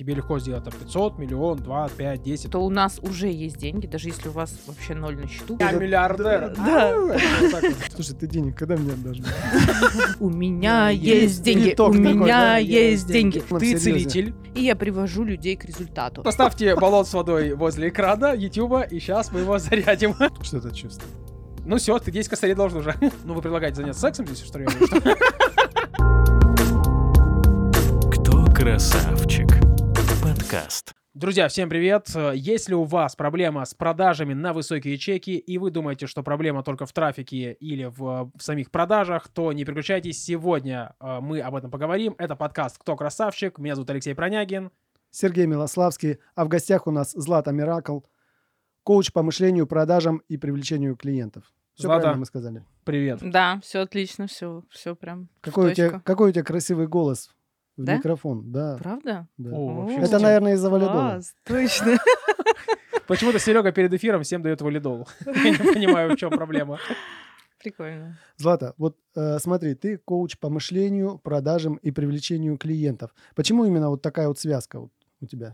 тебе легко сделать там 500, миллион, 2, 5, 10. То у нас уже есть деньги, даже если у вас вообще 0 на счету. Я миллиардер. Да. Вот так вот. Слушай, ты денег когда мне отдашь? У меня есть Есть деньги, итог у такой, меня да, есть деньги. Ну, Ты серьезно. целитель. И я привожу людей к результату. Поставьте баллон с водой возле экрана Ютуба, и сейчас мы его зарядим. Что это чувство? Ну все, ты 10 косарей должен уже. Ну, вы предлагаете заняться сексом здесь, что ли? Что? Кто красавчик? Подкаст. Друзья, всем привет! Если у вас проблема с продажами на высокие чеки, и вы думаете, что проблема только в трафике или в самих продажах, то не переключайтесь. Сегодня мы об этом поговорим. Это подкаст «Кто красавчик?». Меня зовут Алексей Пронягин. Сергей Милославский, а в гостях у нас Злата Миракл, коуч по мышлению, продажам и привлечению клиентов. Все Злата. правильно мы сказали. Привет. Да, все отлично, все прям в Какой у точку. тебя красивый голос в Да? микрофон. Да. Правда? Да. О, вообще, Это, кстати, наверное, из-за валидола. Класс, точно. Почему-то Серега перед эфиром всем дает валидол. Я не понимаю, в чем проблема. Прикольно. Злата, вот смотри, ты коуч по мышлению, продажам и привлечению клиентов. Почему именно вот такая вот связка вот у тебя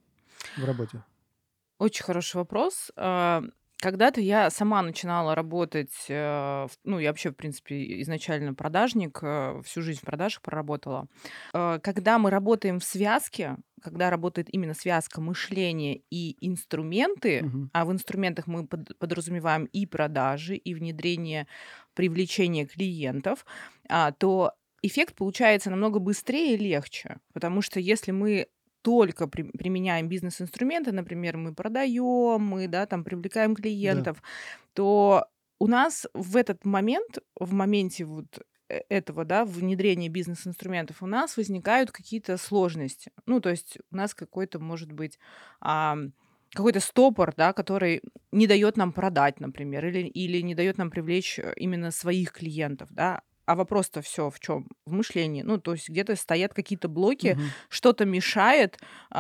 в работе? Очень хороший вопрос. Когда-то я сама начинала работать, я вообще, в принципе, изначально продажник, всю жизнь в продажах проработала. Когда мы работаем в связке, когда работает именно связка мышления и инструменты, Мгм. а в инструментах мы подразумеваем и продажи, и внедрение, привлечение клиентов, то эффект получается намного быстрее и легче. Потому что если мы только применяем бизнес-инструменты, например, мы продаем, мы там привлекаем клиентов, то у нас в этот момент, в моменте вот этого, внедрения бизнес-инструментов, у нас возникают какие-то сложности. Ну, то есть у нас какой-то, может быть, какой-то стопор, который не дает нам продать, например, или не дает нам привлечь именно своих клиентов, А вопрос-то все в чем? В мышлении. Ну, то есть где-то стоят какие-то блоки, Мгм. что-то мешает,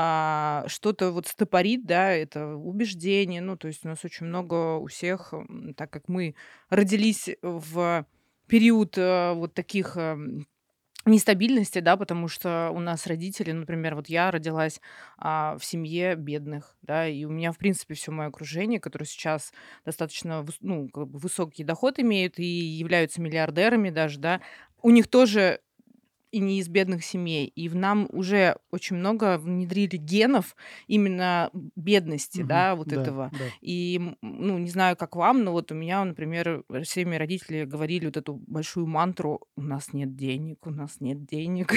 что-то вот стопорит, это убеждение. Ну, то есть у нас очень много у всех, так как мы родились в период вот таких нестабильности, потому что у нас родители, например, вот я родилась в семье бедных, и у меня, в принципе, все мое окружение, которое сейчас достаточно высокий доход имеют и являются миллиардерами даже, у них тоже и не из бедных семей. И в нам уже очень много внедрили генов именно бедности, Мгм. вот Да, этого. да. И, не знаю, как вам, но вот у меня, например, все мои родители говорили вот эту большую мантру: у нас нет денег, у нас нет денег,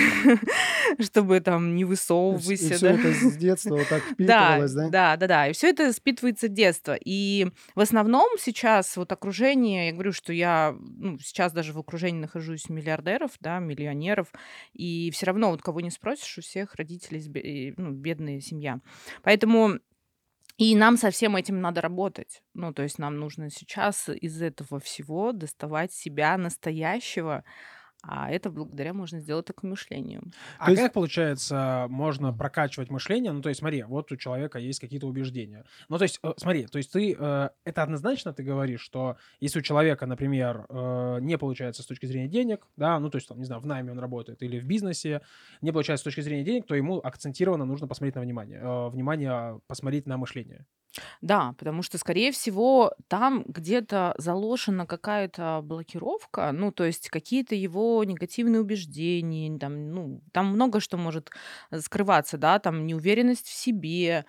чтобы там не И высовывайся, все это с детства вот так Да, впитывалось, да? да. И все это спитывается с детства. И в основном сейчас вот окружение, я говорю, что я сейчас даже в окружении нахожусь миллиардеров, миллионеров, и все равно вот кого не спросишь, у всех родителей бедная семья. Поэтому и нам со всем этим надо работать. Ну, то есть нам нужно сейчас из этого всего доставать себя настоящего, а это благодаря можно сделать только мышлению. А То есть- как, получается, можно прокачивать мышление? Ну, то есть, смотри, вот у человека есть какие-то убеждения. Ну, то есть, смотри, то есть ты, это однозначно ты говоришь, что если у человека, например, не получается с точки зрения денег, ну, то есть, там, не знаю, в найме он работает или в бизнесе, не получается с точки зрения денег, то ему акцентированно нужно посмотреть на внимание посмотреть на мышление. Да, потому что, скорее всего, там где-то заложена какая-то блокировка, ну, то есть какие-то его негативные убеждения, там много что может скрываться, там неуверенность в себе,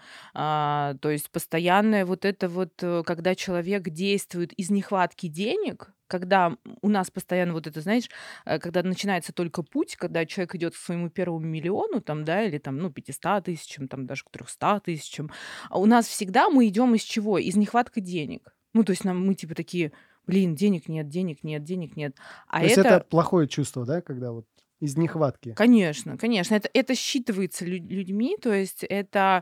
то есть постоянное вот это вот, когда человек действует из нехватки денег, когда у нас постоянно вот это, знаешь, когда начинается только путь, когда человек идет к своему первому миллиону, или 500 тысячам, даже к 300 тысячам, а у нас всегда мы идем из чего? Из нехватки денег. Ну, то есть мы типа такие: блин, денег нет, денег нет, денег нет. А То есть это это, плохое чувство, да, когда вот из нехватки. конечно, это считывается людьми, то есть это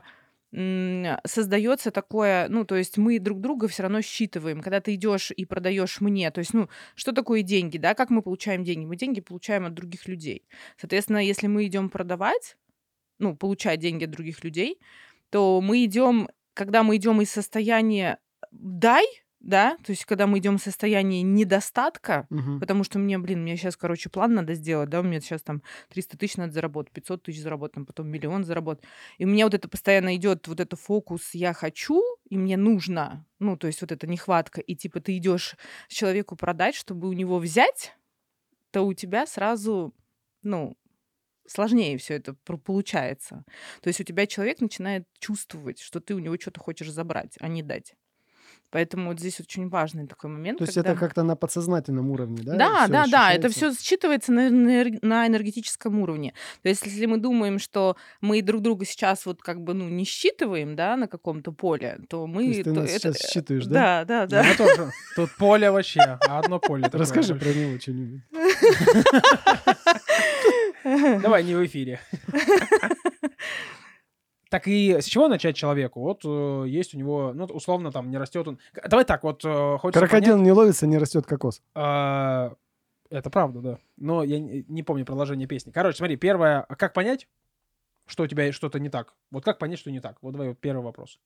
создается такое, то есть мы друг друга все равно считываем. Когда ты идешь и продаешь мне, то есть, что такое деньги, как мы получаем деньги? Мы деньги получаем от других людей. Соответственно, если мы идем продавать, получать деньги от других людей, то когда мы идем из состояния «дай», да, то есть когда мы идем в состояние недостатка, Мгм. потому что мне сейчас, короче, план надо сделать, да, у меня сейчас там 300 тысяч надо заработать, 500 тысяч заработать, там, потом миллион заработать. И у меня вот это постоянно идет вот это фокус «я хочу», и мне нужно, ну, то есть вот эта нехватка, и типа ты идешь человеку продать, чтобы у него взять, то у тебя сразу, ну, сложнее все это получается. То есть у тебя человек начинает чувствовать, что ты у него что-то хочешь забрать, а не дать. Поэтому вот здесь очень важный такой момент, То есть это когда... как-то на подсознательном уровне, да, Да, все да, да, это ощущается? все считывается на энергетическом уровне. То есть если мы думаем, что мы друг друга сейчас вот как бы, ну, не считываем, да, на каком-то поле, то То есть мы... ты То нас это, сейчас считываешь, да? да, да, Да да. мы тоже. Тут поле вообще, одно поле такое Расскажи про большое. него что-нибудь. Давай, не в эфире. Так и с чего начать человеку? Вот есть у него, ну, условно, там, не растет он... Давай так, вот хочется Крокодил понять... не ловится, не растет кокос. Это правда, да. Но я не помню продолжение песни. Короче, смотри, первое, как понять, что у тебя что-то не так? Вот как понять, что не так? Вот давай вот первый вопрос.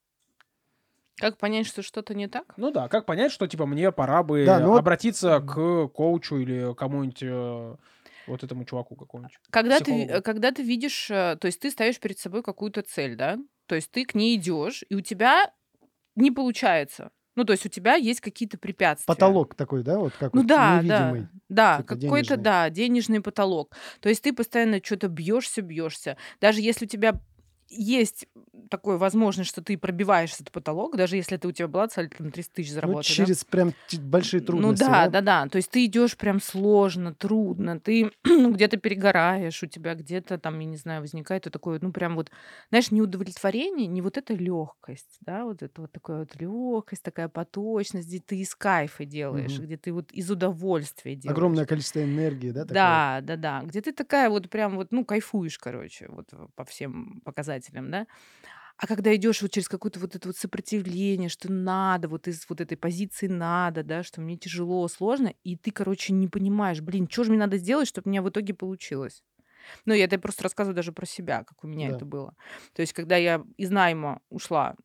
Как понять, что что-то не так? Ну да, как понять, что, типа, мне пора бы Да, ну вот обратиться к коучу или кому-нибудь, вот этому чуваку какому-нибудь, психологу. Когда ты видишь, то есть ты ставишь перед собой какую-то цель, да, то есть ты к ней идешь, и у тебя не получается. Ну, то есть у тебя есть какие-то препятствия. потолок такой, да, вот как Ну вот да, невидимый, да, типа какой-то, денежный. да, денежный потолок. То есть ты постоянно что-то бьешься. Даже если у тебя есть такая возможность, что ты пробиваешь этот потолок, даже если это у тебя была цель там 300 тысяч Ну, заработать, да? через прям большие Ну трудности, да, да? да. То есть ты идешь прям сложно, трудно, ты ну, где-то перегораешь, у тебя где-то там, я не знаю, возникает вот такое, ну прям вот, знаешь, неудовлетворение, не вот эта легкость, да, вот это вот такая вот легкость, такая поточность, где ты из кайфа делаешь, Мгм. где ты вот из удовольствия делаешь. Огромное количество энергии, да, такое? Да. Где ты такая вот прям вот, ну, кайфуешь, короче, вот по всем показателям, да. А когда идешь вот через какое-то вот это вот сопротивление, что надо, вот из вот этой позиции надо, да, что мне тяжело, сложно, и ты, короче, не понимаешь, блин, что же мне надо сделать, чтобы у меня в итоге получилось. Ну, я это просто рассказываю даже про себя, как у меня Да. это было. То есть, когда я из найма ушла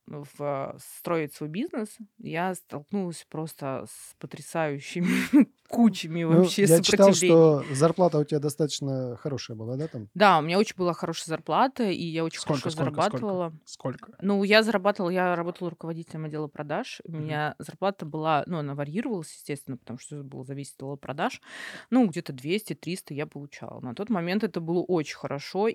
строить свой бизнес, я столкнулась просто с потрясающими кучами Ну, вообще я читал, сопротивлений. что зарплата у тебя достаточно хорошая была, да, там? Да, у меня очень была хорошая зарплата, и я очень Сколько? хорошо зарабатывала. Сколько? Ну, я работала руководителем отдела продаж. У Мгм. меня зарплата была, ну, она варьировалась, естественно, потому что это было зависеть от продаж. Ну, где-то 200-300 я получала. На тот момент это было очень хорошо,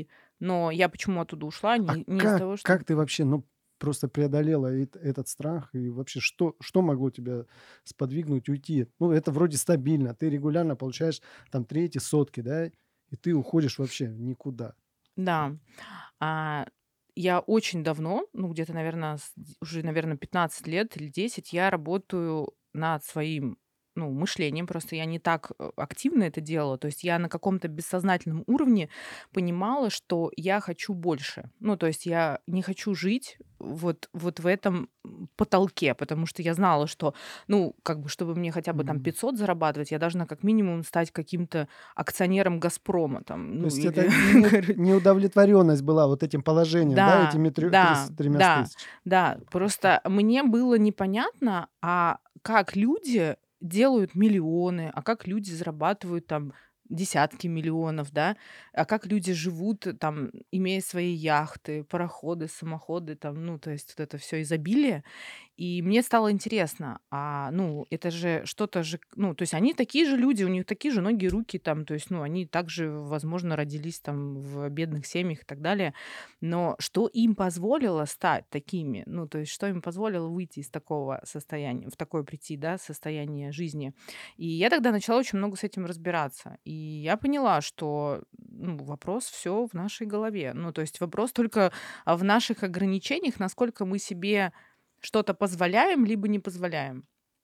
но я почему оттуда ушла? А Не из-за того, что... как ты вообще, ну, просто преодолела этот страх? И вообще, что могло тебя сподвигнуть уйти? Ну, это вроде стабильно. Ты регулярно получаешь там трети, сотки, да, и ты уходишь вообще в никуда. Да. А, я очень давно, ну, где-то, наверное, уже, наверное, 15 лет или 10, я работаю над своим, ну, мышлением. Просто я не так активно это делала. То есть я на каком-то бессознательном уровне понимала, что я хочу больше. Ну, то есть я не хочу жить вот в этом потолке, потому что я знала, что, ну, как бы, чтобы мне хотя бы там Мгм. 500 зарабатывать, я должна как минимум стать каким-то акционером «Газпрома». То Там, ну, есть или, это короче, неудовлетворенность была вот этим положением, да, да, этими да, тремя да, тысяч. да. Просто мне было непонятно, а как люди делают миллионы, а как люди зарабатывают там десятки миллионов, да, а как люди живут там, имея свои яхты, пароходы, самоходы, там, ну, то есть вот это все изобилие. И мне стало интересно, ну, это же что-то же, ну, то есть они такие же люди, у них такие же ноги, руки там, то есть, ну, они также, возможно, родились там в бедных семьях и так далее, но что им позволило стать такими, ну, то есть, что им позволило выйти из такого состояния, в такое прийти, да, состояние жизни. И я тогда начала очень много с этим разбираться, и я поняла, что, ну, вопрос все в нашей голове, ну, то есть вопрос только в наших ограничениях, насколько мы себе что-то позволяем, либо не позволяем.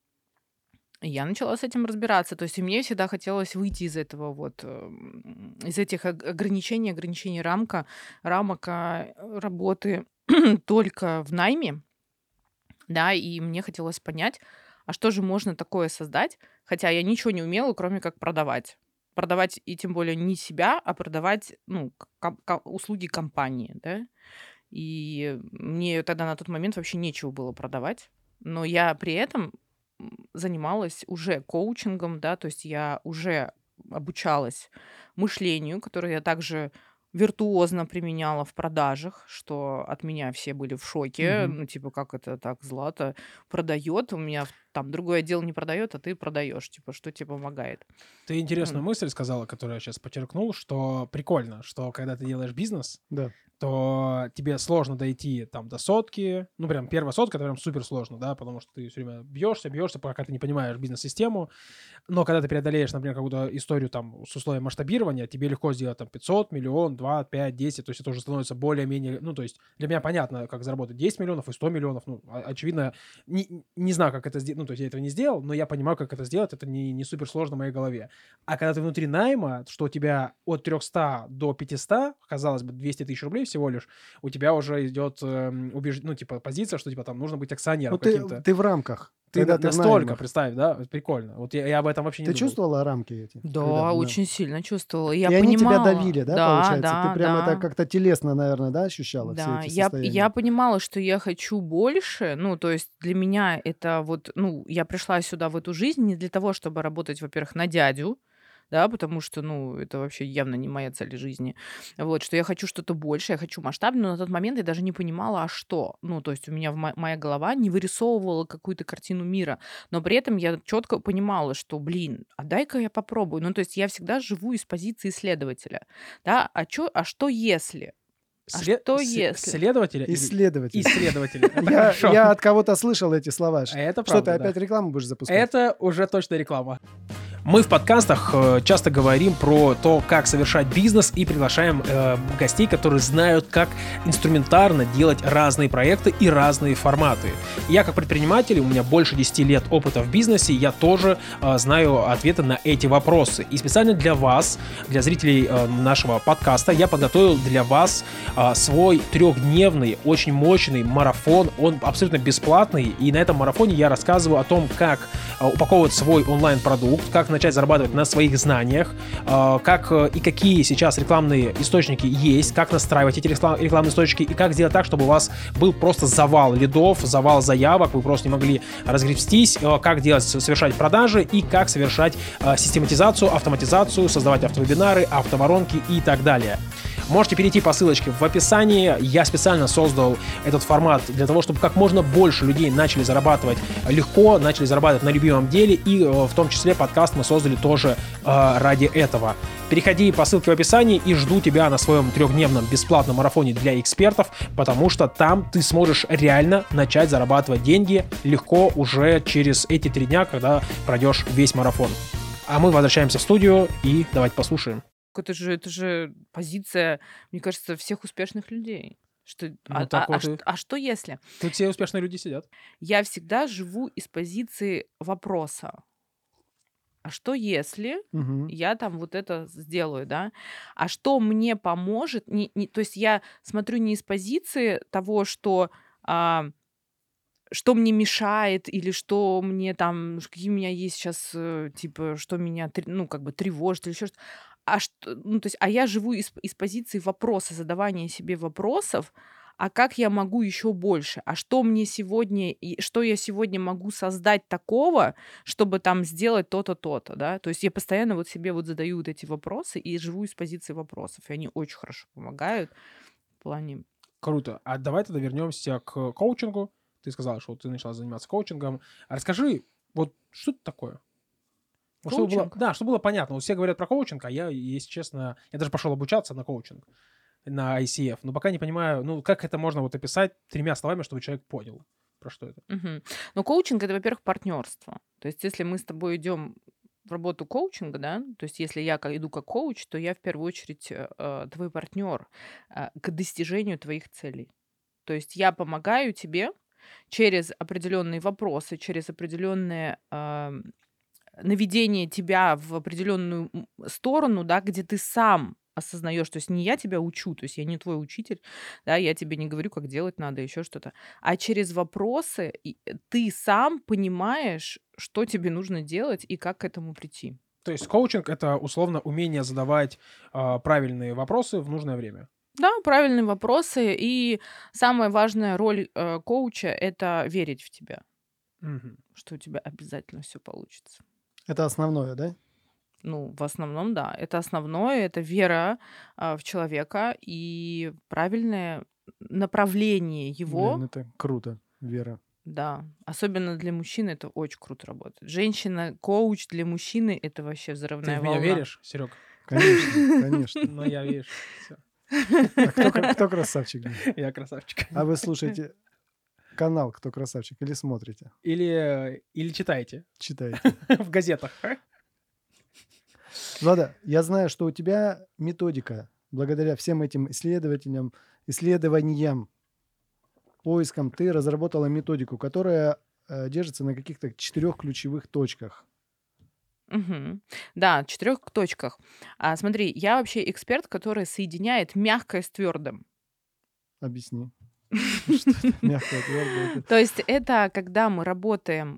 И я начала с этим разбираться. То есть и мне всегда хотелось выйти из этого вот, из этих ограничений рамок работы только в найме, да, и мне хотелось понять, а что же можно такое создать, хотя я ничего не умела, кроме как продавать. Продавать и тем более не себя, а продавать, ну, услуги компании, да. И мне тогда на тот момент вообще нечего было продавать. но я при этом занималась уже коучингом, да, то есть я уже обучалась мышлению, которое я также виртуозно применяла в продажах, что от меня все были в шоке. Мгм. Ну, типа, как это так, Злата продает, у меня там другой отдел не продает, а ты продаешь, типа, что тебе помогает? Ты интересную М, мысль сказала, которую я сейчас подчеркнул, что прикольно, что когда ты делаешь бизнес, Да. то тебе сложно дойти там до сотки. Ну, прям первая сотка, это прям супер сложно, да, потому что ты все время бьешься, пока ты не понимаешь бизнес-систему. Но когда ты преодолеешь, например, какую-то историю там с условием масштабирования, тебе легко сделать там 500, миллион, 2, 5, 10, то есть это уже становится более-менее, ну, то есть для меня понятно, как заработать 10 миллионов и 100 миллионов, ну, очевидно, не знаю, как это сделать, ну, то есть я этого не сделал, но я понимаю, как это сделать, это не супер сложно в моей голове. А когда ты внутри найма, что у тебя от 300 до 500, казалось бы, 200 тысяч рублей всего лишь, у тебя уже идет, ну, типа, позиция, что, типа, там нужно быть Ну, акционером ты, каким-то. ты в рамках. Ты Когда ты в настолько, наймах. представь, да, вот прикольно. Вот я об этом вообще не Ты думал. чувствовала рамки эти? Да, Когда, очень сильно чувствовала. И Я они тебя понимала. давили, да, Да, получается? Ты да, прям это да. как-то телесно, наверное, да, ощущала, все Да, эти я состояния? понимала, что я хочу больше. Ну, то есть для меня это вот, ну, я пришла сюда в эту жизнь не для того, чтобы работать, во-первых, на дядю, да, потому что, ну, это вообще явно не моя цель жизни. Вот, что я хочу что-то больше, я хочу масштабно, но на тот момент я даже не понимала, а что. Ну, то есть у меня моя голова не вырисовывала какую-то картину мира, но при этом я четко понимала, что, блин, а дай-ка я попробую. Ну, то есть я всегда живу из позиции исследователя, да, а что если? А что если? Следователя или Исследователь. исследователя? Это Я хорошо. я от кого-то слышал эти слова. Это Что ты правда, да. опять рекламу будешь запускать? Это уже точно реклама. Мы в подкастах часто говорим про то, как совершать бизнес, и приглашаем гостей, которые знают, как инструментарно делать разные проекты и разные форматы. Я как предприниматель, у меня больше 10 лет опыта в бизнесе, я тоже знаю ответы на эти вопросы. И специально для вас, для зрителей нашего подкаста, я подготовил для вас свой 3-дневный, очень мощный марафон. Он абсолютно бесплатный, и на этом марафоне я рассказываю о том, как упаковывать свой онлайн-продукт, как начать зарабатывать на своих знаниях, как и какие сейчас рекламные источники есть, как настраивать эти рекламные источники и как сделать так, чтобы у вас был просто завал лидов, завал заявок, вы просто не могли разгребстись, как делать, совершать продажи и как совершать систематизацию, автоматизацию, создавать автовебинары, автоворонки и так далее. Можете перейти по ссылочке в описании. Я специально создал этот формат для того, чтобы как можно больше людей начали зарабатывать легко, начали зарабатывать на любимом деле, и в том числе подкаст мы создали тоже ради этого. Переходи по ссылке в описании и жду тебя на своем 3-дневном бесплатном марафоне для экспертов, потому что там ты сможешь реально начать зарабатывать деньги легко уже через эти 3 дня, когда пройдешь весь марафон. А мы возвращаемся в студию и давайте послушаем. Это же позиция, мне кажется, всех успешных людей. Что, Ну, так вот и- а что если? Тут все успешные люди сидят. Я всегда живу из позиции вопроса. А что если Мгм. я там вот это сделаю, да? А что мне поможет? То есть я смотрю не из позиции того, что мне мешает или что мне там, какие у меня есть сейчас, типа, что меня, ну, как бы тревожит или еще что-то. Ну, то есть, а я живу из позиции вопроса, задавания себе вопросов, а как я могу еще больше? А что мне сегодня, что я сегодня могу создать такого, чтобы там сделать то-то, то-то, да? То есть я постоянно вот себе вот задаю вот эти вопросы и живу из позиции вопросов, и они очень хорошо помогают в плане. Круто. А давай тогда вернемся к коучингу. Ты сказала, что ты начала заниматься коучингом. Расскажи, вот что это такое? Вот чтобы было, Коучинг? да, чтобы было понятно. Вот все говорят про коучинг, а я, если честно, я даже пошел обучаться на коучинг, на ICF, но пока не понимаю, ну, как это можно вот описать 3 словами, чтобы человек понял, про что это. Мгм. Ну, коучинг это, во-первых, партнерство. То есть, если мы с тобой идем в работу коучинга, да, то есть, если я иду как коуч, то я в первую очередь твой партнер к достижению твоих целей. То есть я помогаю тебе через определенные вопросы, через определенное наведение тебя в определенную сторону, да, где ты сам осознаешь, то есть не я тебя учу, то есть я не твой учитель, да, я тебе не говорю, как делать надо, еще что-то, а через вопросы ты сам понимаешь, что тебе нужно делать и как к этому прийти. То есть коучинг — это условно умение задавать правильные вопросы в нужное время. Да, правильные вопросы. И самая важная роль коуча — это верить в тебя. Мгм. что у тебя обязательно все получится. Это основное, да? Ну, в основном, да. Это основное, это вера в человека и правильное направление его. Блин, это круто, Вера. Да, особенно для мужчины это очень круто работает. Женщина-коуч для мужчины — это вообще Ты взрывная в меня волна. веришь, Серег? Конечно, конечно. Ну, я верю. Всё. А кто красавчик? Дим? Я красавчик. А вы слушаете канал «Кто красавчик» или смотрите, Или читайте читаете? в газетах. Влада, я знаю, что у тебя методика, благодаря всем этим исследованиям, поискам, ты разработала методику, которая держится на каких-то 4 ключевых точках. Мгм. Да, 4 точках. Смотри, я вообще эксперт, который соединяет мягкое с твердым. Объясни. Что это мягкое, твердое? То есть это когда мы работаем,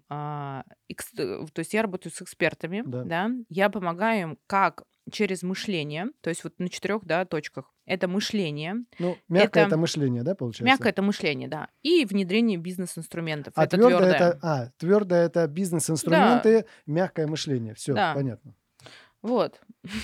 то есть я работаю с экспертами, Да. да, я помогаю им как через мышление, то есть вот на 4, да, точках. Это мышление, Ну, мягкое это это мышление, да, получается? мягкое — это мышление, да, и внедрение бизнес-инструментов — А это твердое твердое. твердое это Да, бизнес-инструменты, мягкое мышление. Все, да, понятно. вот.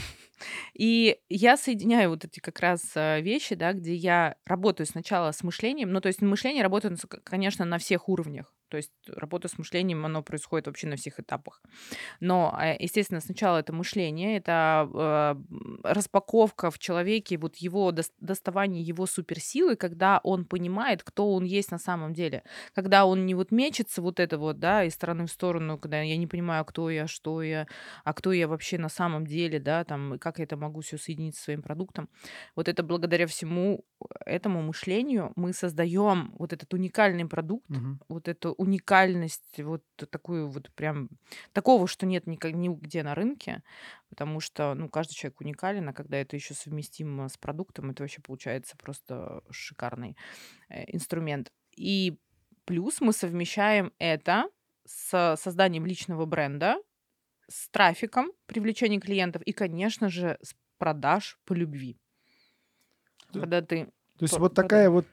И я соединяю вот эти как раз вещи, да, где я работаю сначала с мышлением. Ну, то есть мышление работает, конечно, на всех уровнях. То есть работа с мышлением, оно происходит вообще на всех этапах. Но, естественно, сначала это мышление, это распаковка в человеке, вот его доставание его суперсилы, когда он понимает, кто он есть на самом деле. Когда он не вот мечется вот это вот, да, из стороны в сторону, когда я не понимаю, кто я, что я, а кто я вообще на самом деле, да, там, и как я это могу все соединить со своим продуктом. Вот это благодаря всему этому мышлению мы создаем вот этот уникальный продукт, Мгм. вот эту уникальность, вот такую вот прям, такого, что нет нигде на рынке, потому что, ну, каждый человек уникален, а когда это еще совместимо с продуктом, это вообще получается просто шикарный инструмент. И плюс мы совмещаем это с созданием личного бренда, с трафиком, привлечением клиентов и, конечно же, с продаж по любви. То Когда ты то есть по- вот прода- такая вот,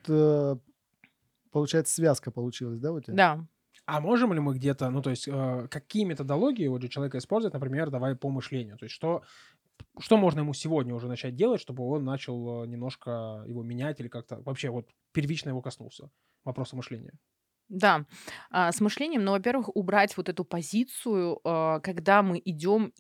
получается, связка получилась, да, у тебя? Да. А можем ли мы где-то, ну, то есть, какие методологии вот же человека использовать, например, давай по мышлению? То есть, что можно ему сегодня уже начать делать, чтобы он начал немножко его менять или как-то вообще вот первично его коснулся вопроса мышления? Да, с мышлением, ну, во-первых, убрать вот эту позицию, когда мы идем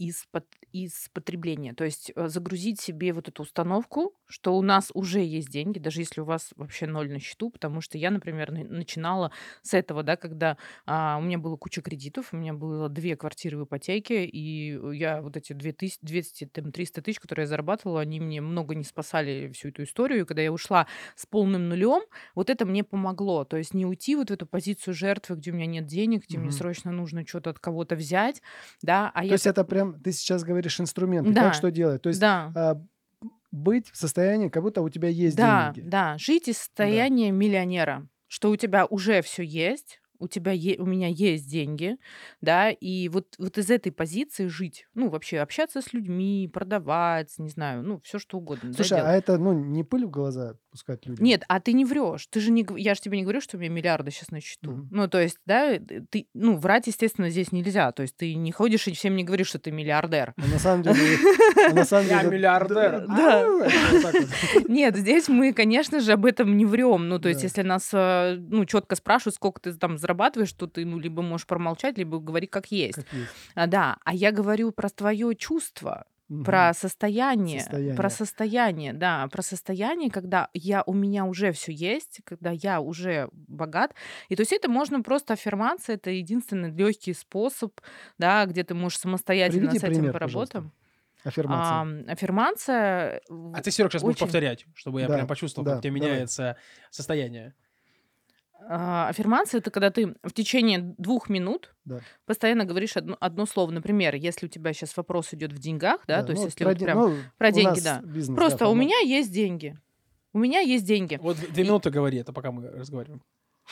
из потребления. То есть загрузить себе вот эту установку, что у нас уже есть деньги, даже если у вас вообще ноль на счету, потому что я, например, начинала с этого, да, когда у меня было куча кредитов, у меня было 2 квартиры в ипотеке, и я вот эти 200, там, 300 тысяч, которые я зарабатывала, они мне много не спасали всю эту историю. И когда я ушла с полным нулем, вот это мне помогло. То есть не уйти вот в эту позицию жертвы, где у меня нет денег, где мне Мгм. срочно нужно что-то от кого-то взять, да, а То я... есть это прям ты сейчас говоришь инструменты, как Да, что делать. То есть, да, быть в состоянии, как будто у тебя есть да, деньги. да. Жить из Да. состояния миллионера, что у тебя уже все есть, у меня есть деньги, да, и вот из этой позиции жить, ну, вообще общаться с людьми, продавать, не знаю, ну, все что угодно, да, Слушай, а делать. это, ну, не пыль в глаза пускать людям? Нет, а ты не врешь. Ты же не, я же тебе не говорю, что у меня миллиарды сейчас на счету. Мгм. Ну, то есть, да, ты, ну, врать, естественно, здесь нельзя. То есть ты не ходишь и всем не говоришь, что ты миллиардер. А на самом деле, а на самом Я деле, миллиардер. Да. Вот так вот. Нет, здесь мы, конечно же, об этом не врем. Ну, то есть, Да. если нас, ну, четко спрашивают, сколько ты там зарабатываешь, то ты, ну, либо можешь промолчать, либо говори как есть. как есть. Да, а я говорю про твое чувство, Мгм. про состояние, Состояние. да, про состояние, когда у меня уже все есть, когда я уже богат. И то есть это можно просто аффирмация, это единственный легкий способ, да, где ты можешь самостоятельно Приведи с этим пример, поработать. пожалуйста. Аффирмации. Аффирмация А ты, Серег, сейчас будешь очень... повторять, чтобы я Да, прям почувствовал, да, как у тебя давай. меняется состояние. Аффирмация — это когда ты в течение 2 минут Да. постоянно говоришь одно слово. Например, если у тебя сейчас вопрос идет в деньгах, да, Да, то есть ну, если вот прям ну, про у деньги, нас да. бизнес, да, Просто у формат. меня есть деньги. У меня есть деньги. Вот 2 минуты говори, это пока мы разговариваем.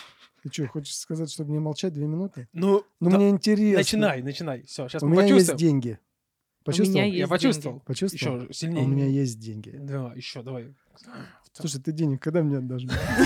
Ты что, хочешь сказать, чтобы не молчать 2 минуты? Ну, Ну, да, мне интересно. начинай. Все, сейчас У мы меня есть почувствуем. деньги. Почувствовал? есть Я деньги. почувствовал. Почувствовал? Еще А сильнее. у меня есть деньги. Да, еще, давай. Слушай, ты денег когда мне отдашь?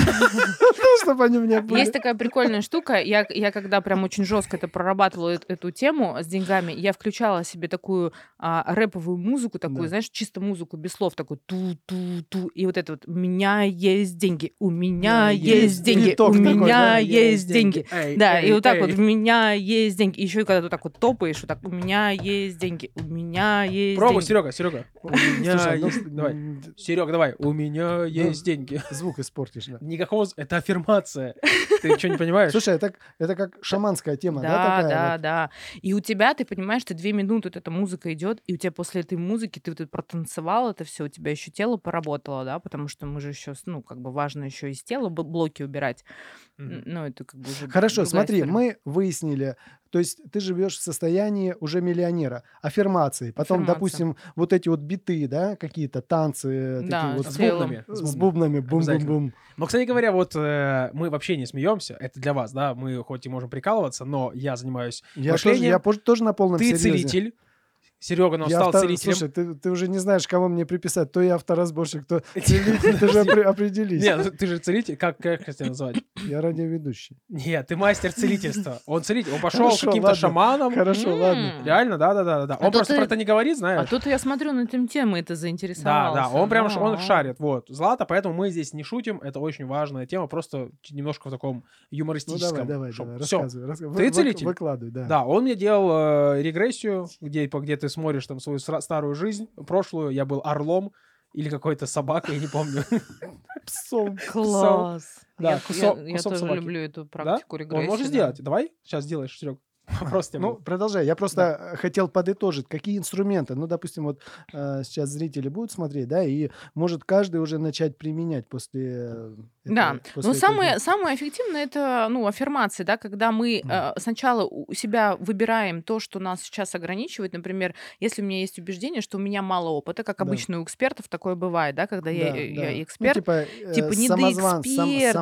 Чтобы они у меня были. Есть такая прикольная штука. Я когда прям очень жестко это прорабатывала, эту тему с деньгами, я включала себе такую рэповую музыку, такую, Да. знаешь, чисто музыку без слов, такую ту-ту-ту. И вот это вот «У меня есть деньги, у меня есть деньги, Виток у такой, меня да, есть деньги». Да, и вот так вот эй. «У меня есть деньги». И еще и когда ты так вот топаешь, вот так «У меня есть деньги, у меня есть Пробуй, деньги». Серега. У меня Слушай, ну, есть... Давай. Серега, давай. У меня есть деньги. звук испортишь. Да. Никакого... Это аффирмация. Ты что, не понимаешь? Слушай, это как шаманская тема, да, Да, такая? да, вот? да. И у тебя, ты понимаешь, что 2 минуты вот эта музыка идет, и у тебя после этой музыки ты вот это протанцевал это все, у тебя еще тело поработало, да, потому что мы же еще, ну, как бы важно еще из тела блоки убирать. Мгм. Ну, это как бы уже Хорошо, другая смотри, история. мы выяснили, то есть ты живешь в состоянии уже миллионера, аффирмации, потом, Аффирмация. допустим, вот эти вот биты, да, какие-то танцы, Да, такие вот С телом. бубнами. с бубнами, Обязательно. бум-бум-бум. Но, кстати говоря, вот мы вообще не смеемся. Это для вас, да? Мы хоть и можем прикалываться, но я занимаюсь мышлением. Тоже на полном Ты серьезе. целитель. Серега, он Я стал авто- целителем. Слушай, ты уже не знаешь, кого мне приписать. То я авторазборщик, то целитель. Ты же определись. Нет, ну ты же целитель. Как тебя назвать? Я радиоведущий. Нет, ты мастер целительства. Он целитель. Он пошел Хорошо, каким-то ладно. шаманом. Хорошо, ладно. Реально, да. Он тут просто ты- про это не говорит, А знаешь. тут я смотрю, на этим темы это Да, заинтересовался. он прям он Да. шарит. Вот. Злата, поэтому мы здесь не шутим. Это очень важная тема. Просто немножко в таком Ну юмористическом. давай, Все. рассказывай. Ты целитель? Выкладывай, да. Да, он мне делал регрессию, где ты смотришь там свою старую жизнь, прошлую. Я был орлом или какой-то собакой, я не помню. Псом. Класс. Да, Я кусок тоже собаки. люблю эту Да? практику регрессии. Он может да. сделать. Давай сейчас сделаешь, Серег. Вопрос тебе Ну, был. продолжай. Я просто хотел подытожить, какие инструменты. Ну, допустим, вот сейчас зрители будут смотреть, да, и может каждый уже начать применять после Да, после но этого дела. самое эффективное это, ну, аффирмации, да, когда мы сначала у себя выбираем то, что нас сейчас ограничивает. Например, если у меня есть убеждение, что у меня мало опыта, как Да. обычно у экспертов такое бывает, да, когда я Ну, эксперт, типа, типа недоэксперт,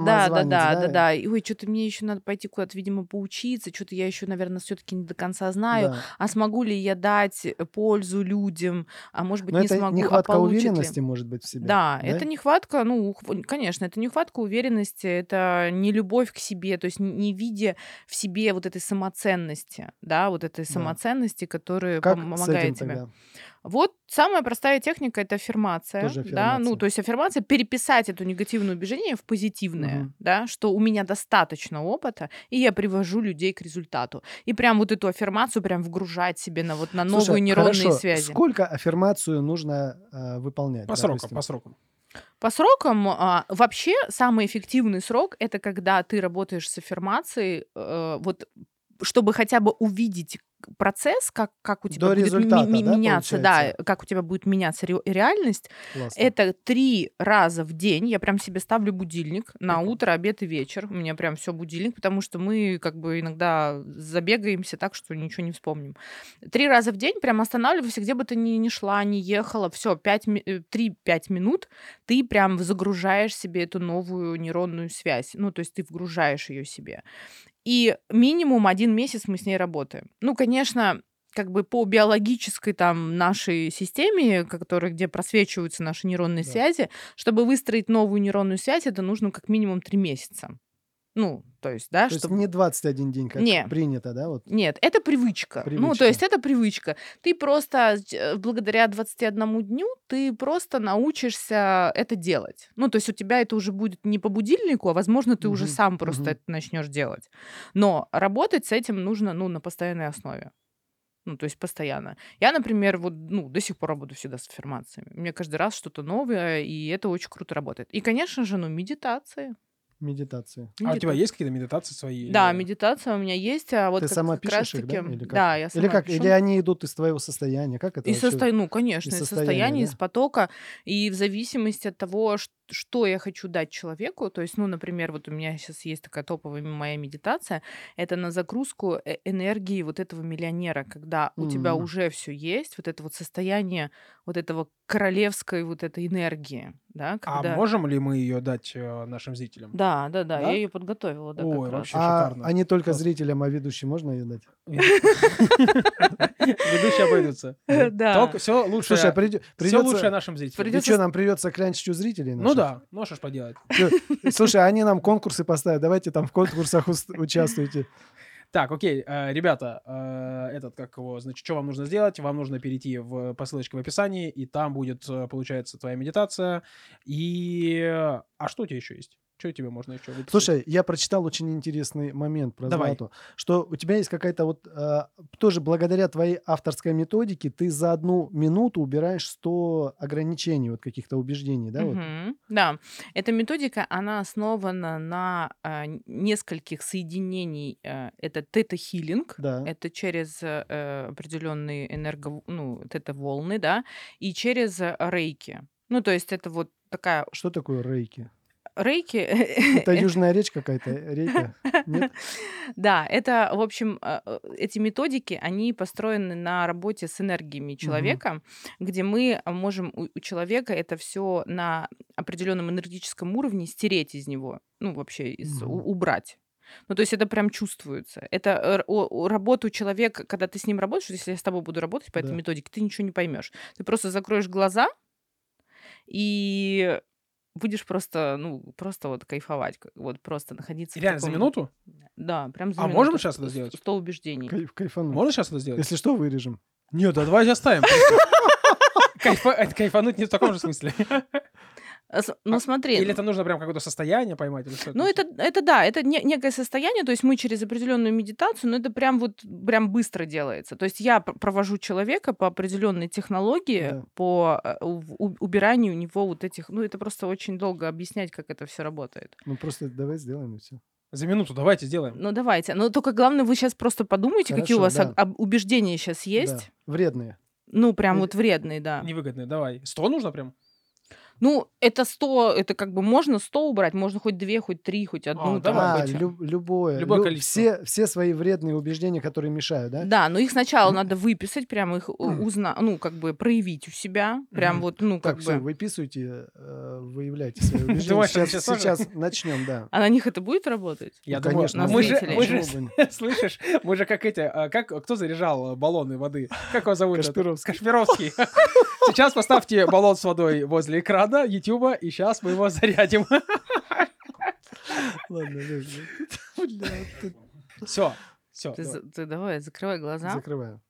да. И, ой, что-то мне еще надо пойти куда-то, видимо, поучиться, что-то я еще, наверное, все-таки не до конца знаю. Да. А смогу ли я дать пользу людям? А может быть, Но не это смогу, нехватка а получит ли? уверенности может быть в себе. Да, это нехватка, ну, конечно, это нехватка уверенности, это не любовь к себе, то есть не видя в себе вот этой самоценности, да, вот этой Да. самоценности, которая Как с помогает этим тебе. тогда? Вот самая простая техника — это аффирмация, Тоже да, ну, аффирмация. то есть аффирмация — переписать эту негативное убеждение в позитивное, Мгм. да, что у меня достаточно опыта, и я привожу людей к результату. И прям вот эту аффирмацию прям вгружать себе на новые Слушай, нейронные хорошо. связи. Сколько аффирмацию нужно выполнять? По срокам, допустим? по срокам. По срокам, вообще самый эффективный срок — это когда ты работаешь с аффирмацией, вот чтобы хотя бы увидеть процесс, как у тебя До будет результата, да, меняться, да, получается? как у тебя будет меняться реальность. Классно. Это 3 раза в день. Я прям себе ставлю будильник на Прикольно. утро, обед и вечер. У меня прям все будильник, потому что мы как бы иногда забегаемся так, что ничего не вспомним. 3 раза в день прям останавливайся, где бы ты ни шла, ни ехала. Все, 3-5 минут ты прям загружаешь себе эту новую нейронную связь. Ну, то есть ты вгружаешь ее себе. И минимум 1 месяц мы с ней работаем. Ну, конечно, как бы по биологической там нашей системе, где просвечиваются наши нейронные Да. связи, чтобы выстроить новую нейронную связь, это нужно как минимум 3 месяца. Ну, то есть, да, То есть чтобы... не 21 день, как Не. принято, да? Вот. Нет, это привычка. Ну, то Привычка. есть это привычка. Ты просто благодаря 21 дню ты просто научишься это делать. Ну, то есть у тебя это уже будет не по будильнику, а, возможно, ты уже Мгм, сам просто мгм. это начнешь делать. Но работать с этим нужно, ну, на постоянной основе. Ну, то есть постоянно. Я, например, вот, ну, до сих пор работаю всегда с аффирмациями. У меня каждый раз что-то новое, и это очень круто работает. И, конечно же, ну, медитации. Медитации. А у тебя есть какие-то медитации свои? Да, или- медитация у меня есть, а вот Ты как сама как раз пишешь их, таки... да? Или как? Да, я сама Или как? пишу. Или они идут из твоего состояния? Как это вообще? Ну, конечно, из из состояния, состояния, да? из потока. И в зависимости от того, что я хочу дать человеку, то есть, ну, например, вот у меня сейчас есть такая топовая моя медитация, это на загрузку энергии вот этого миллионера, когда у тебя Мгм. уже все есть, вот это вот состояние вот этого королевской вот этой энергии, да, А когда... можем ли мы ее дать нашим зрителям? Да, Да? я ее подготовила, да, Ой, как раз. вообще А шикарно. не только Класс. зрителям, а ведущим можно ее дать? Ведущие обойдутся. Да. Все лучшее. Слушай, Все придется... лучшее нашим зрителям. Ты Придётся что, нам придется клянчить у зрителей Ну наших? да, ну что ж поделать. Слушай, они нам конкурсы поставят. Давайте там в конкурсах участвуйте. Так, окей, ребята, значит, что вам нужно сделать? Вам нужно перейти по ссылочке в описании, и там будет, получается, твоя медитация. А что у тебя еще есть? Что тебе можно еще выписать? Слушай, я прочитал очень интересный момент про Давай. Злату, что у тебя есть какая-то тоже благодаря твоей авторской методике ты за 1 минуту убираешь 100 ограничений, вот каких-то убеждений, да? Вот? Да, эта методика, она основана на нескольких соединений. Это тета-хилинг, Да. это через определенные тета-волны, да, и через рейки. Ну, то есть это вот такая... Что такое рейки? Рейки... Это южная речь какая-то, рейка? Нет? Да, это, в общем, эти методики, они построены на работе с энергиями человека, где мы можем у человека это все на определенном энергетическом уровне стереть из него, ну, вообще убрать. Ну, то есть это прям чувствуется. Это работа у человека, когда ты с ним работаешь, если я с тобой буду работать по этой Да. методике, ты ничего не поймешь. Ты просто закроешь глаза и будешь просто вот кайфовать, вот просто находиться в Реально за таком... минуту? Да, прям за А минуту. можем сейчас это сделать? 100 убеждений. Кайфануть. Можно сейчас это сделать? Если что, вырежем. Нет, да давайте оставим. Кайфануть не в таком же смысле. Ну, смотри. Или это нужно прям какое-то состояние поймать? Или что Ну, это да, это некое состояние, то есть мы через определенную медитацию, но это прям быстро делается. То есть я провожу человека по определенной технологии, Да. по убиранию у него вот этих... Ну, это просто очень долго объяснять, как это все работает. Ну, просто давай сделаем и все. За минуту давайте сделаем. Ну, давайте. Но только главное, вы сейчас просто подумайте, какие у вас Хорошо, да. убеждения сейчас есть. Да. Вредные. Ну, прям вот вредные, да. Невыгодные, давай. 100 нужно прям? Ну, это 100, это как бы можно 100 убрать, можно хоть 2, хоть 3, хоть 1. давай. Любое. Любое количество. Все свои вредные убеждения, которые мешают, да? Да, но их сначала надо выписать, прям их как бы проявить у себя, прям вот, как Так, все, бы... выписывайте, выявляйте свои убеждения. Думаешь, они Сейчас начнем, да. А на них это будет работать? Я Ну, думаю, конечно, на мы зрителей. же, слышишь, мы же как кто заряжал баллоны воды? Как его зовут? Кашпировский. Кашпировский. Сейчас поставьте баллон с водой возле экрана Ютуба, и сейчас мы его зарядим. Ладно, Все. Ты давай, закрывай глаза, закрываю.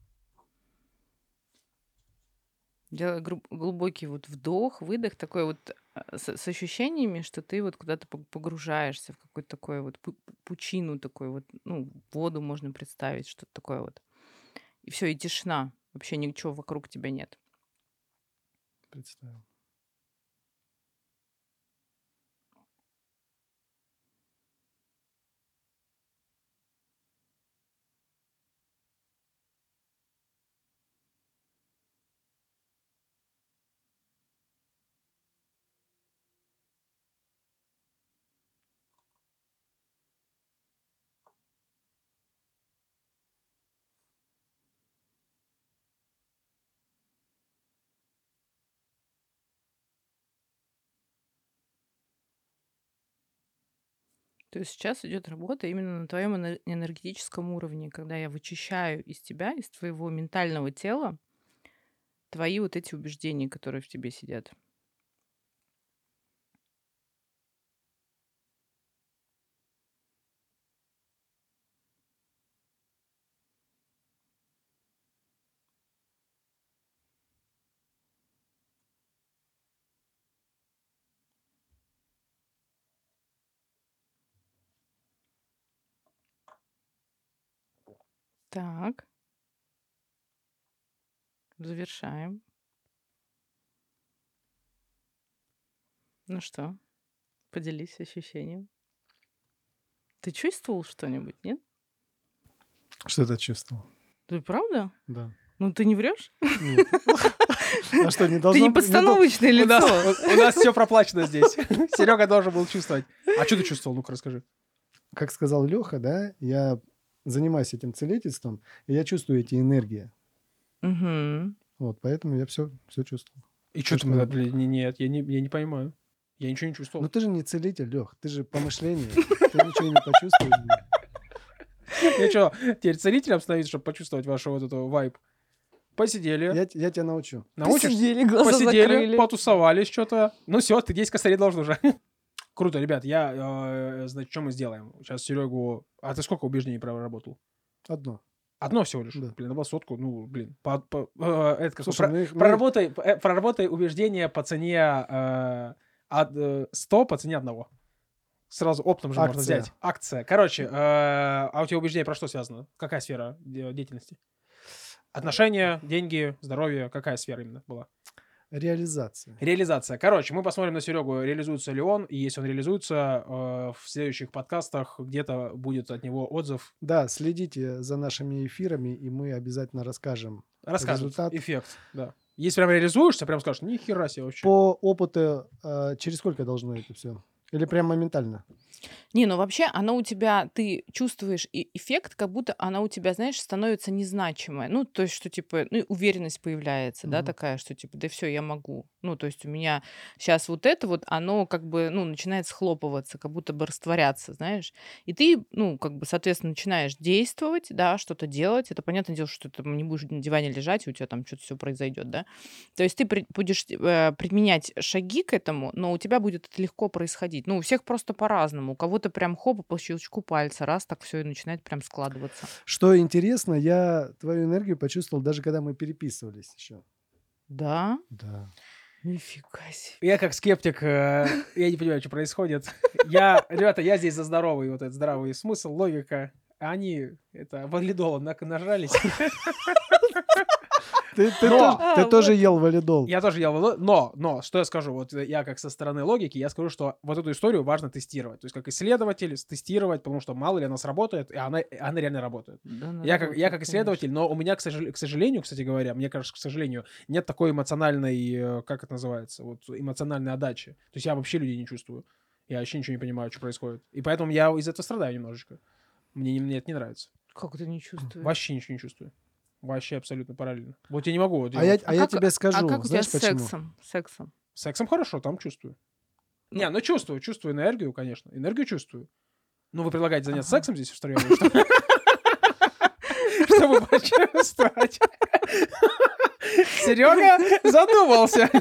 делай глубокий вот вдох, выдох, такой вот с ощущениями, что ты вот куда-то погружаешься в какую-то такую вот пучину, такой вот, воду можно представить, что-то такое вот. И все, и тишина. Вообще ничего вокруг тебя нет. Представил. То есть сейчас идет работа именно на твоем энергетическом уровне, когда я вычищаю из тебя, из твоего ментального тела, твои вот эти убеждения, которые в тебе сидят. Так. Завершаем. Ну что, поделись ощущением. Ты чувствовал что-нибудь, нет? Что ты чувствовал? Ты правда? Да. Ну ты не врешь? Нет. А что, не Ты должно не быть? подстановочное У лицо. нас все проплачено здесь. Серега должен был чувствовать. А что ты чувствовал? Ну-ка, расскажи. Как сказал Леха, да, я занимаюсь этим целительством, и я чувствую эти энергии. Мгм. Вот, поэтому я все чувствую. И что Что ты, блин, нет, я не понимаю. Я ничего не чувствовал. Ну ты же не целитель, Лех, ты же по мышлению. Ты ничего не почувствуешь. Я что, теперь целителем становиться, чтобы почувствовать вашу вот эту вайб? посидели, Я тебя научу. научишь? Посидели, глаза Посидели, закрыли. потусовались что-то. Ну все, ты 10 косарей должен уже. Круто, ребят, значит, что мы сделаем? Сейчас Серегу... А ты сколько убеждений проработал? Одно. Одно всего лишь? Да. Блин, надо было сотку. Ну, блин. Это как Слушай, проработай убеждения по цене 100 по цене одного. Сразу оптом же можно Акция. взять. Акция. Короче, а у тебя убеждение про что связано? Какая сфера деятельности? Отношения, деньги, здоровье. Какая сфера именно была? Реализация. Реализация. Короче, мы посмотрим на Серегу, реализуется ли он. И если он реализуется, в следующих подкастах где-то будет от него отзыв. Да, следите за нашими эфирами, и мы обязательно расскажем Расскажет результат. эффект. Да. Если прям реализуешься, прям скажешь, ни хера себе вообще. По опыту, через сколько должно это все? Или прям моментально? Не, ну вообще оно у тебя, ты чувствуешь эффект, как будто она у тебя, знаешь, становится незначимая. Ну, то есть, что типа, ну, и уверенность появляется, да, Мгм. такая, что типа, да все, я могу. Ну, то есть у меня сейчас вот это вот, оно как бы, ну, начинает схлопываться, как будто бы растворяться, знаешь. И ты, ну, как бы, соответственно, начинаешь действовать, да, что-то делать. Это понятное дело, что ты там не будешь на диване лежать, и у тебя там что-то все произойдет, да. То есть ты будешь применять шаги к этому, но у тебя будет это легко происходить. Ну, у всех просто по-разному. У кого-то прям хоп, по щелчку пальца, раз, так все и начинает прям складываться. Что интересно, я твою энергию почувствовал даже когда мы переписывались еще. Да? Да. Нифига себе. Я как скептик, я не понимаю, что происходит. Ребята, я здесь за здоровый, вот этот здравый смысл, логика. А они, это, валидолом нажались. Ты тоже ел валидол. Я тоже ел валидол, но, что я скажу, вот я как со стороны логики, я скажу, что вот эту историю важно тестировать. То есть как исследователь тестировать, потому что мало ли она сработает, и она реально работает. Да, она Я работает, как исследователь, но у меня, к сожалению, кстати говоря, мне кажется, к сожалению, нет такой эмоциональной, как это называется, вот эмоциональной отдачи. То есть я вообще людей не чувствую. Я вообще ничего не понимаю, что происходит. И поэтому я из этого страдаю немножечко. Мне это не нравится. Как ты не чувствуешь? Вообще ничего не чувствую. Вообще абсолютно параллельно. Вот я не могу. Вот А я тебе скажу, а как у тебя знаешь с почему? сексом? Сексом хорошо, там чувствую. Ну. Не, ну чувствую энергию, конечно. Энергию чувствую. Ну, вы предлагаете заняться Ага. сексом здесь втроем? Чтобы почувствовать. Серега задумался.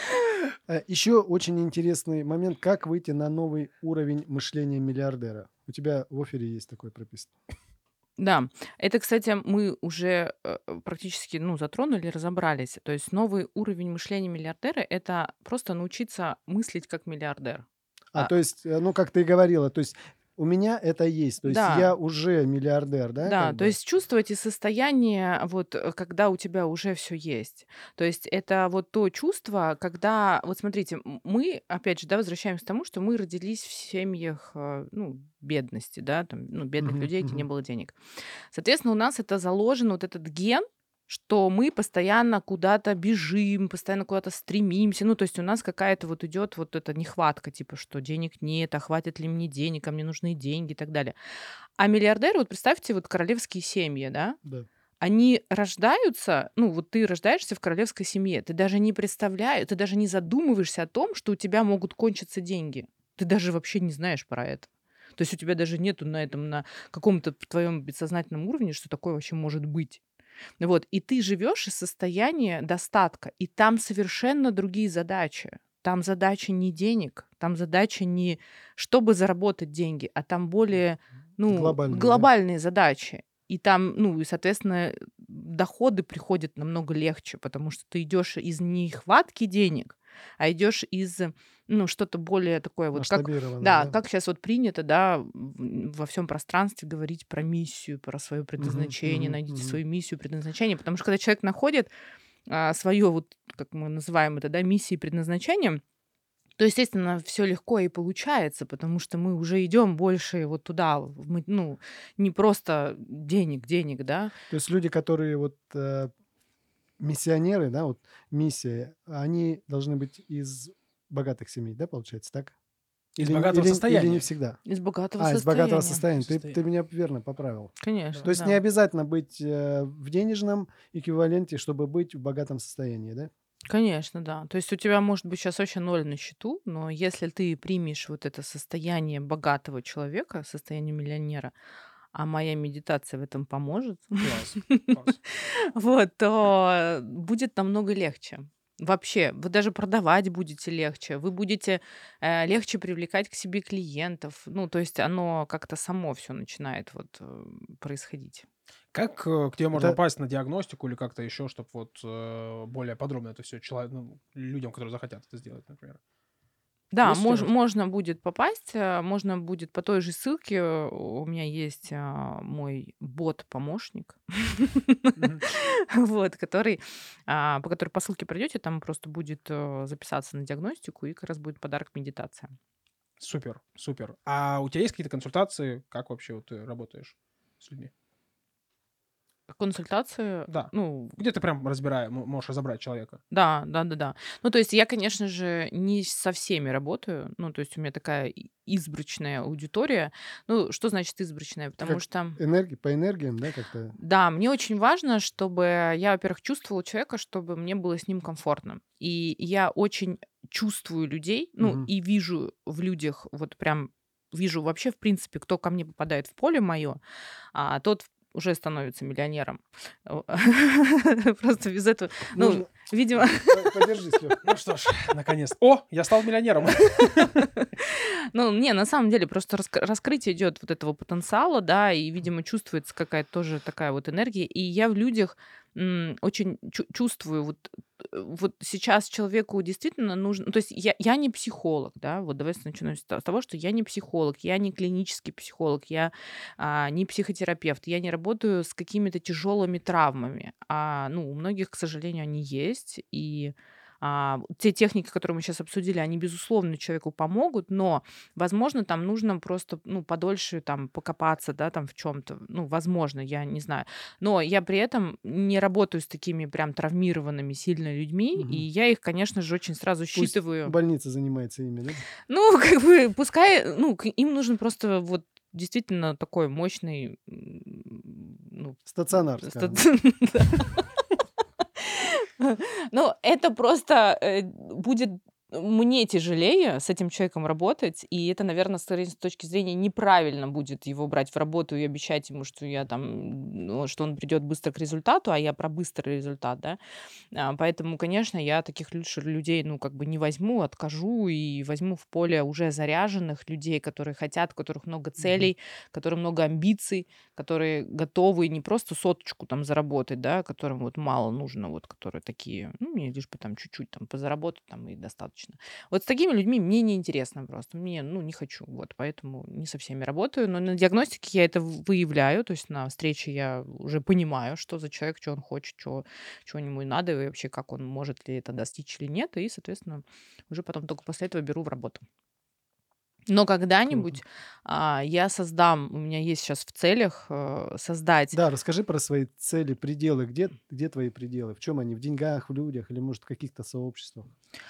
Еще очень интересный момент, как выйти на новый уровень мышления миллиардера. У тебя в оффере есть такое прописано. Да, это, кстати, мы уже практически, ну, затронули, разобрались. То есть новый уровень мышления миллиардера — это просто научиться мыслить как миллиардер. То есть, ну, как ты и говорила, то есть у меня это есть, то есть Да. я уже миллиардер, да? Да, как то бы? есть чувствовать и состояние, вот, когда у тебя уже все есть. То есть это вот то чувство, когда, вот смотрите, мы, опять же, да, возвращаемся к тому, что мы родились в семьях, ну, бедности, да, там, ну, бедных Мгм, людей, где не мгм. было денег. Соответственно, у нас это заложено, вот этот ген, что мы постоянно куда-то бежим, постоянно куда-то стремимся. Ну, то есть у нас какая-то вот идет вот эта нехватка, типа, что денег нет, а хватит ли мне денег, а мне нужны деньги и так далее. А миллиардеры, вот представьте, вот королевские семьи, да, Да. они рождаются, ну, вот ты рождаешься в королевской семье, ты даже не представляешь, ты даже не задумываешься о том, что у тебя могут кончиться деньги. Ты даже вообще не знаешь про это. То есть у тебя даже нету на этом, на каком-то твоем бессознательном уровне, что такое вообще может быть. Вот, и ты живешь из состояния достатка, и там совершенно другие задачи. Там задача не денег, там задача не чтобы заработать деньги, а там более, ну, Глобальные, да? глобальные задачи. И там, ну, и, соответственно, доходы приходят намного легче, потому что ты идешь из нехватки денег, а идешь из, ну, что-то более такое вот, как, Масштабированное, да, да? как сейчас вот принято, да, во всем пространстве говорить про миссию, про свое предназначение, мгм, найдите мгм. свою миссию, предназначение, потому что когда человек находит свое, вот, как мы называем это, да, миссией, предназначением, то, естественно, все легко и получается, потому что мы уже идем больше вот туда, мы, ну, не просто денег, да. То есть люди, которые вот миссионеры, да, вот миссия, они должны быть из богатых семей, да, получается, так? Из Или богатого не состояния. всегда? Из богатого Из состояния. богатого состояния. Ты Состояние. меня верно поправил. Конечно, То есть да. не обязательно быть в денежном эквиваленте, чтобы быть в богатом состоянии, да? Конечно, да. То есть у тебя может быть сейчас вообще 0 на счету, но если ты примешь вот это состояние богатого человека, состояние миллионера, а моя медитация в этом поможет, Класс, класс. вот, то будет намного легче. Вообще, вы даже продавать будете легче, вы будете легче привлекать к себе клиентов. Ну, то есть оно как-то само все начинает вот происходить. Как к тебе можно Это попасть на диагностику или как-то еще, чтобы вот более подробно это все людям, которые захотят это сделать, например? Да, Есть у тебя что-то? можно будет попасть, можно будет по той же ссылке. У меня есть мой бот-помощник, Мгм. вот, по которой по ссылке пройдете, там просто будет записаться на диагностику, и как раз будет подарок медитация. Супер, супер. А у тебя есть какие-то консультации? Как вообще вот ты работаешь с людьми? Консультации, Да. ну, Где ты прям можешь разобрать человека? да, да-да-да. Ну, то есть я, конечно же, не со всеми работаю. Ну, то есть у меня такая избранная аудитория. Ну, что значит избранная? Потому как что, по энергиям, да, как-то? да, мне очень важно, чтобы я, во-первых, чувствовала человека, чтобы мне было с ним комфортно. И я очень чувствую людей, ну, Мгм. и вижу в людях, вот прям вижу вообще, в принципе, кто ко мне попадает в поле мое, тот уже становится миллионером. О, Просто без этого, ну, Нужно... видимо, Подержись, Лёх. Ну что ж, наконец. О, я стал миллионером. ну, не, на самом деле просто раскрытие идет вот этого потенциала, да, и, видимо, чувствуется какая-то тоже такая вот энергия. И я в людях очень чувствую вот сейчас человеку действительно нужно, то есть я не психолог, да, вот давайте начнем с того, что я не психолог, я не клинический психолог, я не психотерапевт, я не работаю с какими-то тяжелыми травмами, ну, у многих, к сожалению, они есть, и те техники, которые мы сейчас обсудили, они, безусловно, человеку помогут, но, возможно, там нужно просто, ну, подольше там покопаться, да, там в чем то ну, возможно, я не знаю. Но я при этом не работаю с такими прям травмированными сильно людьми, и Мгм. я их, конечно же, очень сразу Пусть считываю. больница занимается ими, да? Ну, как бы, пускай, ну, им нужен просто вот действительно такой мощный, ну, Стационар, скажем. да. Ну, это просто будет мне тяжелее с этим человеком работать, и это, наверное, с точки зрения неправильно будет его брать в работу и обещать ему, что я там, ну, что он придет быстро к результату, а я про быстрый результат, да. Поэтому, конечно, я таких людей, ну, как бы не возьму, откажу и возьму в поле уже заряженных людей, которые хотят, у которых много Мгм. целей, которым много амбиций, которые готовы не просто соточку там заработать, да, которым вот мало нужно, вот которые такие, ну, мне лишь бы там чуть-чуть там позаработать там и достаточно. Вот с такими людьми мне неинтересно просто, мне, ну, не хочу, вот, поэтому не со всеми работаю, но на диагностике я это выявляю, то есть на встрече я уже понимаю, что за человек, что он хочет, чего ему и надо, и вообще как он может ли это достичь или нет, и, соответственно, уже потом только после этого беру в работу. Но Круто. когда-нибудь я создам, у меня есть сейчас в целях создать. Да, расскажи про свои цели, пределы. Где твои пределы? В чем они? В деньгах, в людях или, может, в каких-то сообществах?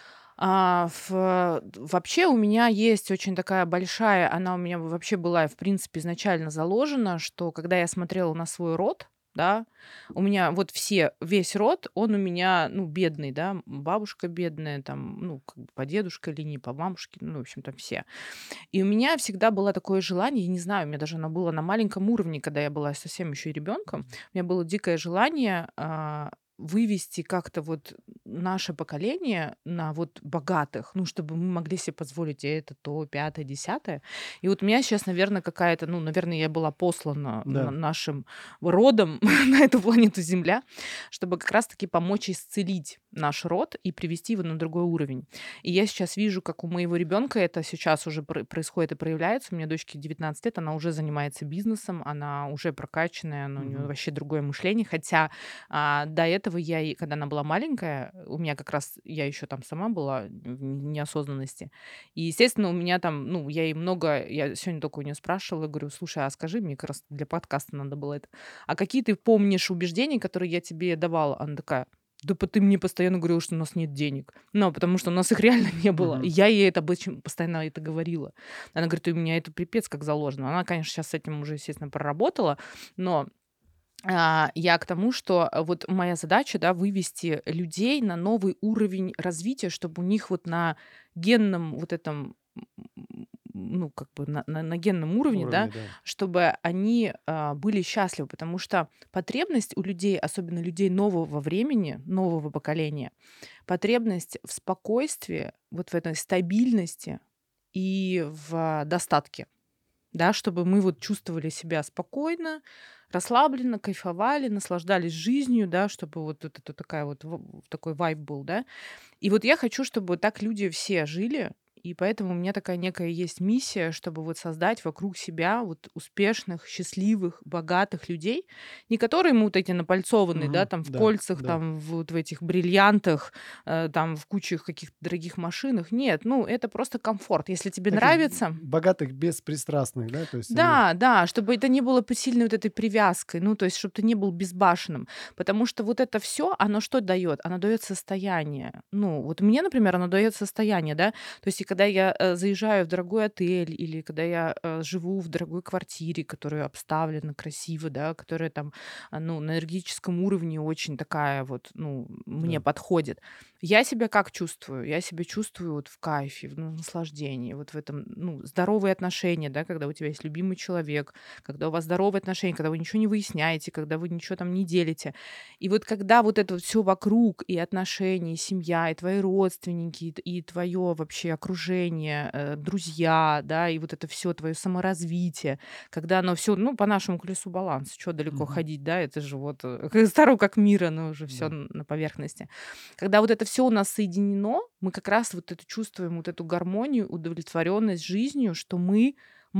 Вообще у меня есть очень такая большая, она у меня вообще была, в принципе, изначально заложена, что когда я смотрела на свой род, да, у меня вот весь род, он у меня, ну, бедный, да, бабушка бедная, там, ну, как бы по дедушке линии, по мамушке, ну, в общем, там все. И у меня всегда было такое желание, я не знаю, у меня даже оно было на маленьком уровне, когда я была совсем еще и ребенком, у меня было дикое желание вывести как-то вот наше поколение на вот богатых, ну, чтобы мы могли себе позволить и это, то, пятое, десятое. И вот у меня сейчас, наверное, какая-то, ну, наверное, я была послана Да. нашим родом на эту планету Земля, чтобы как раз-таки помочь исцелить наш род и привести его на другой уровень. И я сейчас вижу, как у моего ребенка это сейчас уже происходит и проявляется. У меня дочке 19 лет, она уже занимается бизнесом, она уже прокачанная, у нее Мгм. вообще другое мышление. Хотя до этого когда она была маленькая, у меня как раз, я еще там сама была в неосознанности. И, естественно, у меня там, ну, я сегодня только у нее спрашивала, говорю, слушай, а скажи, мне как раз для подкаста надо было это, а какие ты помнишь убеждения, которые я тебе давала? Она такая, да ты мне постоянно говорила, что у нас нет денег. Ну, потому что у нас их реально не было. Мгм. И я ей это постоянно это говорила. Она говорит, у меня это пипец как заложено. Она, конечно, сейчас с этим уже, естественно, проработала, но я к тому, что вот моя задача, да, вывести людей на новый уровень развития, чтобы у них вот на генном вот этом как бы на генном уровне, да, Уровне, да. чтобы они были счастливы, потому что потребность у людей, особенно людей нового времени, нового поколения, потребность в спокойствии, вот в этой стабильности и в достатке, да, чтобы мы вот чувствовали себя спокойно, расслабленно, кайфовали, наслаждались жизнью, да, чтобы вот это такая вот такой вайб был, да. И вот я хочу, чтобы так люди все жили, и поэтому у меня такая некая есть миссия, чтобы вот создать вокруг себя вот успешных, счастливых, богатых людей, не которые мы вот эти напальцованные, да, Мгм. там в Да, кольцах, да. там вот в этих бриллиантах, там в куче каких-то дорогих машинах. Нет, ну это просто комфорт. Если тебе Таких нравится, богатых, беспристрастных, да, то есть они... да, да, чтобы это не было сильной вот этой привязкой, ну, то есть, чтобы ты не был безбашенным. Потому что вот это все, оно что дает? Оно дает состояние. Ну, вот мне, например, оно дает состояние, да. То есть, и когда я заезжаю в дорогой отель, или когда я живу в дорогой квартире, которая обставлена красиво, да, которая там, ну, на энергетическом уровне очень такая вот, ну, мне Да. подходит. Я себя как чувствую? Я себя чувствую вот в кайфе, в наслаждении, вот в этом, ну, здоровые отношения, да, когда у тебя есть любимый человек, когда у вас здоровые отношения, когда вы ничего не выясняете, когда вы ничего там не делите. И вот когда вот это все вокруг, и отношения, и семья, и твои родственники, и твое вообще окружение, друзья, да, и вот это все твое саморазвитие, когда оно все, ну, по нашему колесу баланса, что далеко Мгм. ходить, да, это же вот старо как мир, оно уже все Да. на поверхности. Когда вот это все у нас соединено, мы как раз вот это чувствуем, вот эту гармонию, удовлетворенность жизнью, что мы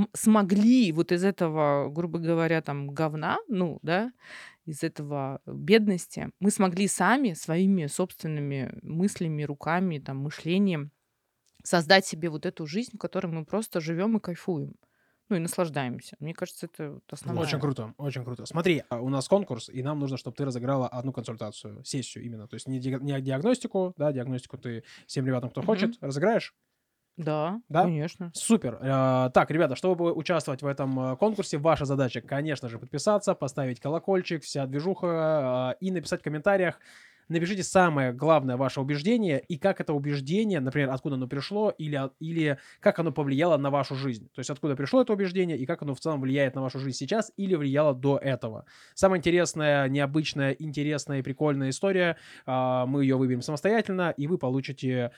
смогли вот из этого, грубо говоря, там говна, ну, да, из этого бедности, мы смогли сами своими собственными мыслями, руками, там, мышлением создать себе вот эту жизнь, в которой мы просто живем и кайфуем. Ну и наслаждаемся. Мне кажется, это вот Очень основная. круто, очень круто. Смотри, у нас конкурс, и нам нужно, чтобы ты разыграла одну консультацию, сессию именно. То есть не диагностику, да, диагностику ты всем ребятам, кто Мгм. хочет, разыграешь? Да, Да? конечно. Супер. Так, ребята, чтобы участвовать в этом конкурсе, ваша задача, конечно же, подписаться, поставить колокольчик, вся движуха и написать в комментариях. Напишите самое главное ваше убеждение и как это убеждение, например, откуда оно пришло или как оно повлияло на вашу жизнь. То есть откуда пришло это убеждение и как оно в целом влияет на вашу жизнь сейчас или влияло до этого. Самая интересная, необычная, интересная и прикольная история, мы ее выберем самостоятельно, и вы получите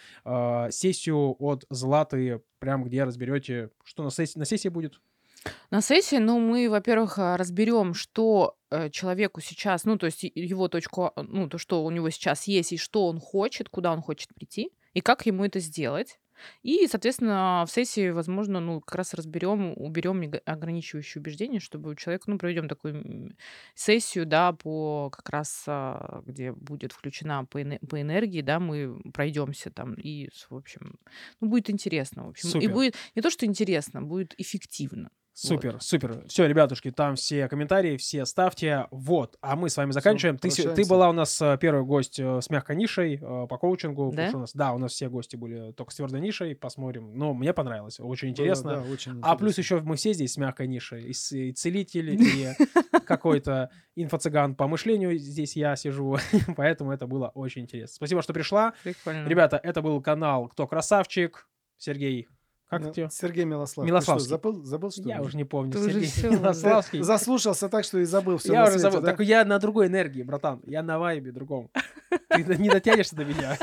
сессию от Златы, прям где разберете, что на сессии будет. На сессии, ну, мы, во-первых, разберем, что человеку сейчас, ну, то есть его точку, ну, то, что у него сейчас есть, и что он хочет, куда он хочет прийти, и как ему это сделать. И, соответственно, в сессии, возможно, ну, как раз разберем, уберем ограничивающие убеждения, чтобы у человека, ну, проведем такую сессию, да, по как раз, где будет включена по энергии, да, мы пройдемся там, и, в общем, ну, будет интересно, в общем. И Супер. будет не то, что интересно, будет эффективно. Супер, супер. Все, ребятушки, там все комментарии, все ставьте. Вот, а мы с вами заканчиваем. Ты прощаемся. была у нас первый гость с мягкой нишей по коучингу. Да? Потому что у нас все гости были только с твердой нишей. Посмотрим. Но мне понравилось, очень интересно. Да, очень А плюс интересно. еще мы все здесь с мягкой нишей. И целитель, и какой-то инфо-цыган по мышлению. Здесь я сижу. Поэтому это было очень интересно. Спасибо, что пришла. Прикольно. Ребята, это был канал «Кто красавчик?». Сергей, как Ну, тебя? Сергей Милослав. Милославский. Ты что, забыл, что ли? Я уже не помню. Ты уже Сергей всё, Милославский. Заслушался так, что и забыл все Я на уже свете, забыл. да? Так я на другой энергии, братан. Я на вайбе другом. Ты не дотянешься до меня.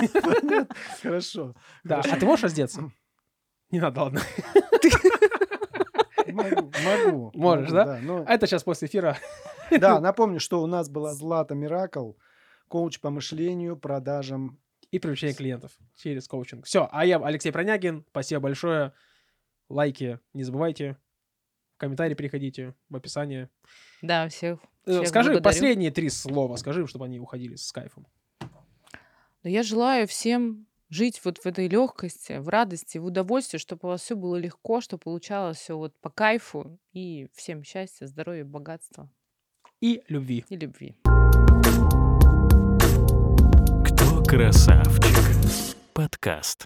Хорошо. Да. А ты можешь раздеться? Не надо, ладно. Могу. Можешь, могу, да? но- А это сейчас после эфира. Да, напомню, что у нас была Злата Миракл, коуч по мышлению, продажам. И привлечение клиентов через коучинг. Все. А я Алексей Пронягин. Спасибо большое. Лайки не забывайте. В комментарии приходите. В описании. Да, всех Скажи благодарю. последние 3 слова. Скажи им, чтобы они уходили с кайфом. Да я желаю всем жить вот в этой легкости, в радости, в удовольствии, чтобы у вас все было легко, чтобы получалось все вот по кайфу. И всем счастья, здоровья, богатства И любви. и любви. Кто красавчик? Подкаст.